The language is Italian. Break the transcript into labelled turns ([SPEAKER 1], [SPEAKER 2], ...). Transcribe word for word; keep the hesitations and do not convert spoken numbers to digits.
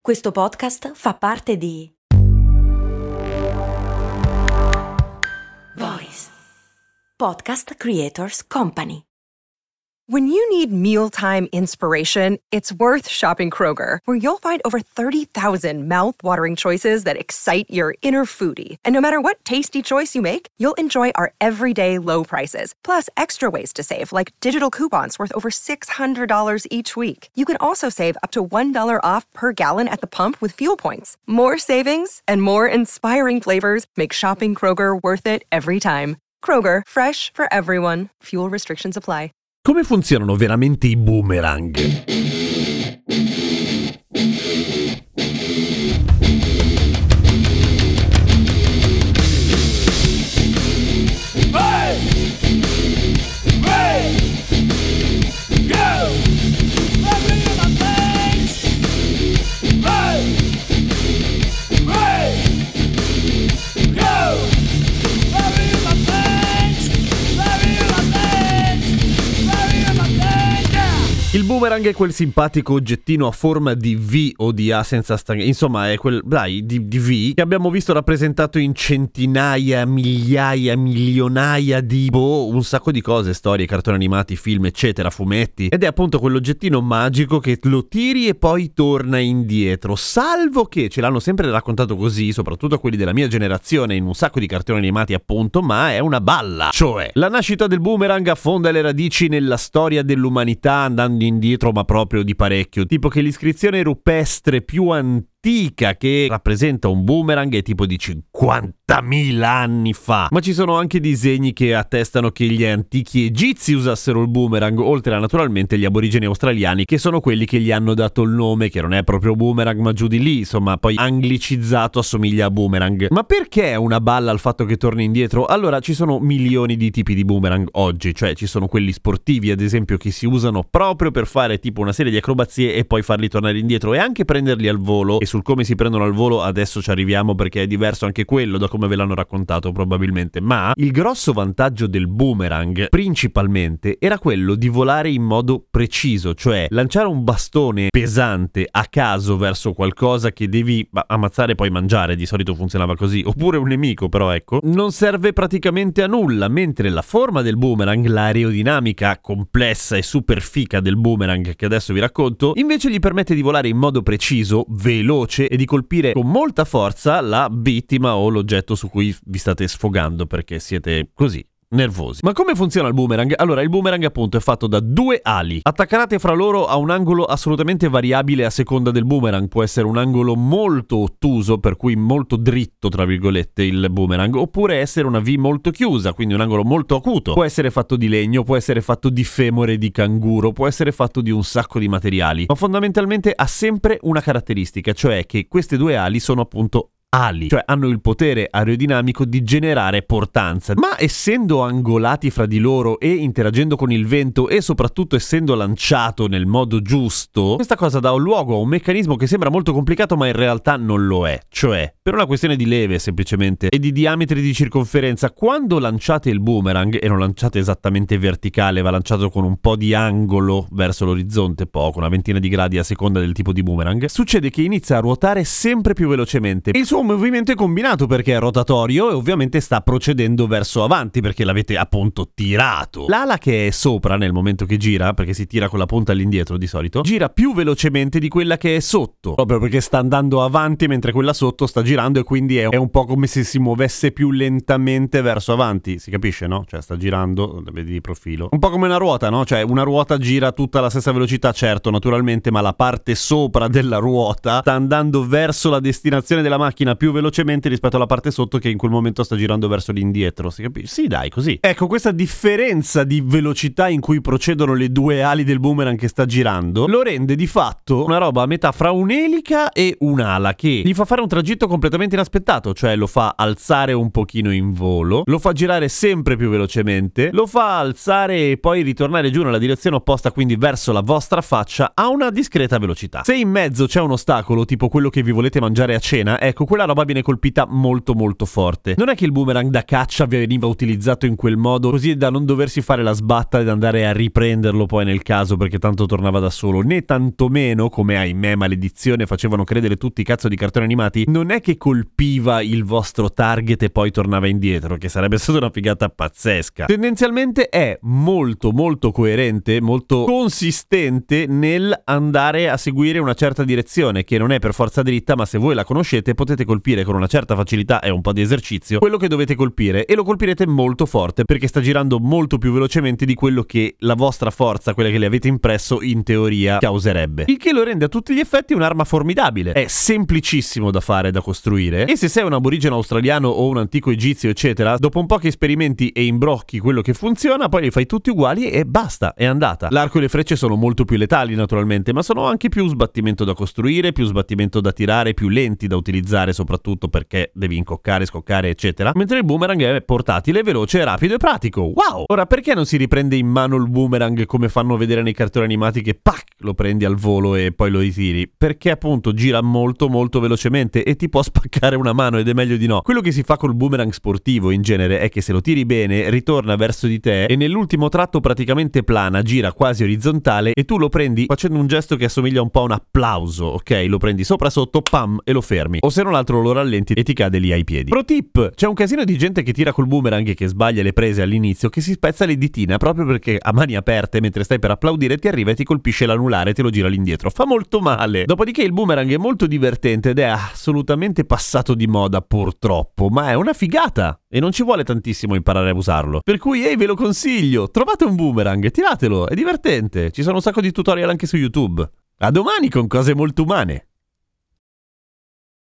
[SPEAKER 1] Questo podcast fa parte di Voice Podcast Creators Company.
[SPEAKER 2] When you need mealtime inspiration, it's worth shopping Kroger, where you'll find over thirty thousand mouth-watering choices that excite your inner foodie. And no matter what tasty choice you make, you'll enjoy our everyday low prices, plus extra ways to save, like digital coupons worth over six hundred dollars each week. You can also save up to one dollar off per gallon at the pump with fuel points. More savings and more inspiring flavors make shopping Kroger worth it every time. Kroger, fresh for everyone. Fuel restrictions apply.
[SPEAKER 3] Come funzionano veramente i boomerang? Il boomerang è quel simpatico oggettino a forma di V o di A senza stang... Insomma, è quel, dai, di, di V che abbiamo visto rappresentato in centinaia, migliaia, milionaia di, boh, un sacco di cose, storie, cartoni animati, film, eccetera, fumetti. Ed è appunto quell'oggettino magico che lo tiri e poi torna indietro. Salvo che ce l'hanno sempre raccontato così, soprattutto quelli della mia generazione, in un sacco di cartoni animati appunto, ma è una balla. Cioè, la nascita del boomerang affonda le radici nella storia dell'umanità andando indietro, ma proprio di parecchio. Tipo che l'iscrizione rupestre più antica che rappresenta un boomerang è tipo di cinquantamila anni fa. Ma ci sono anche disegni che attestano che gli antichi egizi usassero il boomerang, oltre a naturalmente gli aborigeni australiani, che sono quelli che gli hanno dato il nome, che non è proprio boomerang ma giù di lì, insomma, poi anglicizzato assomiglia a boomerang. Ma perché è una balla il fatto che torni indietro? Allora, ci sono milioni di tipi di boomerang oggi, cioè ci sono quelli sportivi ad esempio che si usano proprio per fare tipo una serie di acrobazie e poi farli tornare indietro e anche prenderli al volo. E sul come si prendono al volo adesso ci arriviamo, perché è diverso anche quello da come ve l'hanno raccontato probabilmente. Ma il grosso vantaggio del boomerang principalmente era quello di volare in modo preciso, cioè lanciare un bastone pesante a caso verso qualcosa che devi ammazzare e poi mangiare. Di solito funzionava così, oppure un nemico, però ecco, non serve praticamente a nulla, mentre la forma del boomerang, l'aerodinamica complessa e super fica del boomerang che adesso vi racconto, invece gli permette di volare in modo preciso, veloce e di colpire con molta forza la vittima o l'oggetto su cui vi state sfogando perché siete così nervosi. Ma come funziona il boomerang? Allora, il boomerang appunto è fatto da due ali attaccate fra loro a un angolo assolutamente variabile a seconda del boomerang. Può essere un angolo molto ottuso, per cui molto dritto tra virgolette il boomerang, oppure essere una V molto chiusa, quindi un angolo molto acuto. Può essere fatto di legno, può essere fatto di femore di canguro, può essere fatto di un sacco di materiali, ma fondamentalmente ha sempre una caratteristica, cioè che queste due ali sono appunto ali, cioè hanno il potere aerodinamico di generare portanza. Ma essendo angolati fra di loro e interagendo con il vento e soprattutto essendo lanciato nel modo giusto, questa cosa dà luogo a un meccanismo che sembra molto complicato ma in realtà non lo è. Cioè, per una questione di leve semplicemente e di diametri di circonferenza, quando lanciate il boomerang e non lanciate esattamente verticale, va lanciato con un po' di angolo verso l'orizzonte, poco, una ventina di gradi a seconda del tipo di boomerang, succede che inizia a ruotare sempre più velocemente. Il suo movimento è combinato perché è rotatorio e ovviamente sta procedendo verso avanti perché l'avete appunto tirato. L'ala che è sopra nel momento che gira, perché si tira con la punta all'indietro di solito, gira più velocemente di quella che è sotto, proprio perché sta andando avanti mentre quella sotto sta girando e quindi è un po' come se si muovesse più lentamente verso avanti, si capisce, no? Cioè sta girando, vedi di profilo, un po' come una ruota, no? Cioè una ruota gira tutta alla stessa velocità, certo, naturalmente, ma la parte sopra della ruota sta andando verso la destinazione della macchina più velocemente rispetto alla parte sotto che in quel momento sta girando verso l'indietro, si capisce? Sì, dai, così. Ecco, questa differenza di velocità in cui procedono le due ali del boomerang che sta girando lo rende di fatto una roba a metà fra un'elica e un'ala, che gli fa fare un tragitto completamente inaspettato, cioè lo fa alzare un pochino in volo, lo fa girare sempre più velocemente, lo fa alzare e poi ritornare giù nella direzione opposta, quindi verso la vostra faccia, a una discreta velocità. Se in mezzo c'è un ostacolo, tipo quello che vi volete mangiare a cena, ecco, quella roba viene colpita molto molto forte. Non è che il boomerang da caccia veniva utilizzato in quel modo così da non doversi fare la sbatta ed andare a riprenderlo poi nel caso perché tanto tornava da solo, né tantomeno, come ahimè maledizione facevano credere tutti i cazzo di cartoni animati, non è che colpiva il vostro target e poi tornava indietro, che sarebbe stata una figata pazzesca. Tendenzialmente è molto molto coerente, molto consistente nel andare a seguire una certa direzione che non è per forza dritta, ma se voi la conoscete potete colpire con una certa facilità e un po' di esercizio quello che dovete colpire, e lo colpirete molto forte perché sta girando molto più velocemente di quello che la vostra forza, quella che le avete impresso, in teoria causerebbe, il che lo rende a tutti gli effetti un'arma formidabile. È semplicissimo da fare, da costruire, e se sei un aborigeno australiano o un antico egizio eccetera, dopo un po' che sperimenti e imbrocchi quello che funziona, poi li fai tutti uguali e basta, è andata. L'arco e le frecce sono molto più letali naturalmente, ma sono anche più sbattimento da costruire, più sbattimento da tirare, più lenti da utilizzare, soprattutto perché devi incoccare, scoccare eccetera, mentre il boomerang è portatile, veloce, rapido e pratico. Wow! Ora, perché non si riprende in mano il boomerang come fanno vedere nei cartoni animati che pac, lo prendi al volo e poi lo ritiri? Perché appunto gira molto molto velocemente e ti può spaccare una mano, ed è meglio di no. Quello che si fa col boomerang sportivo in genere è che se lo tiri bene ritorna verso di te e nell'ultimo tratto praticamente plana, gira quasi orizzontale e tu lo prendi facendo un gesto che assomiglia un po' a un applauso, ok? Lo prendi sopra sotto, pam, e lo fermi, o se non altro lo rallenti e ti cade lì ai piedi. Pro tip: c'è un casino di gente che tira col boomerang e che sbaglia le prese all'inizio, che si spezza le ditine proprio perché a mani aperte mentre stai per applaudire ti arriva e ti colpisce l'anulare e te lo gira all'indietro, fa molto male. Dopodiché il boomerang è molto divertente ed è assolutamente passato di moda purtroppo, ma è una figata e non ci vuole tantissimo imparare a usarlo, per cui ehi, ve lo consiglio, trovate un boomerang, tiratelo, è divertente, ci sono un sacco di tutorial anche su YouTube. A domani con cose molto umane.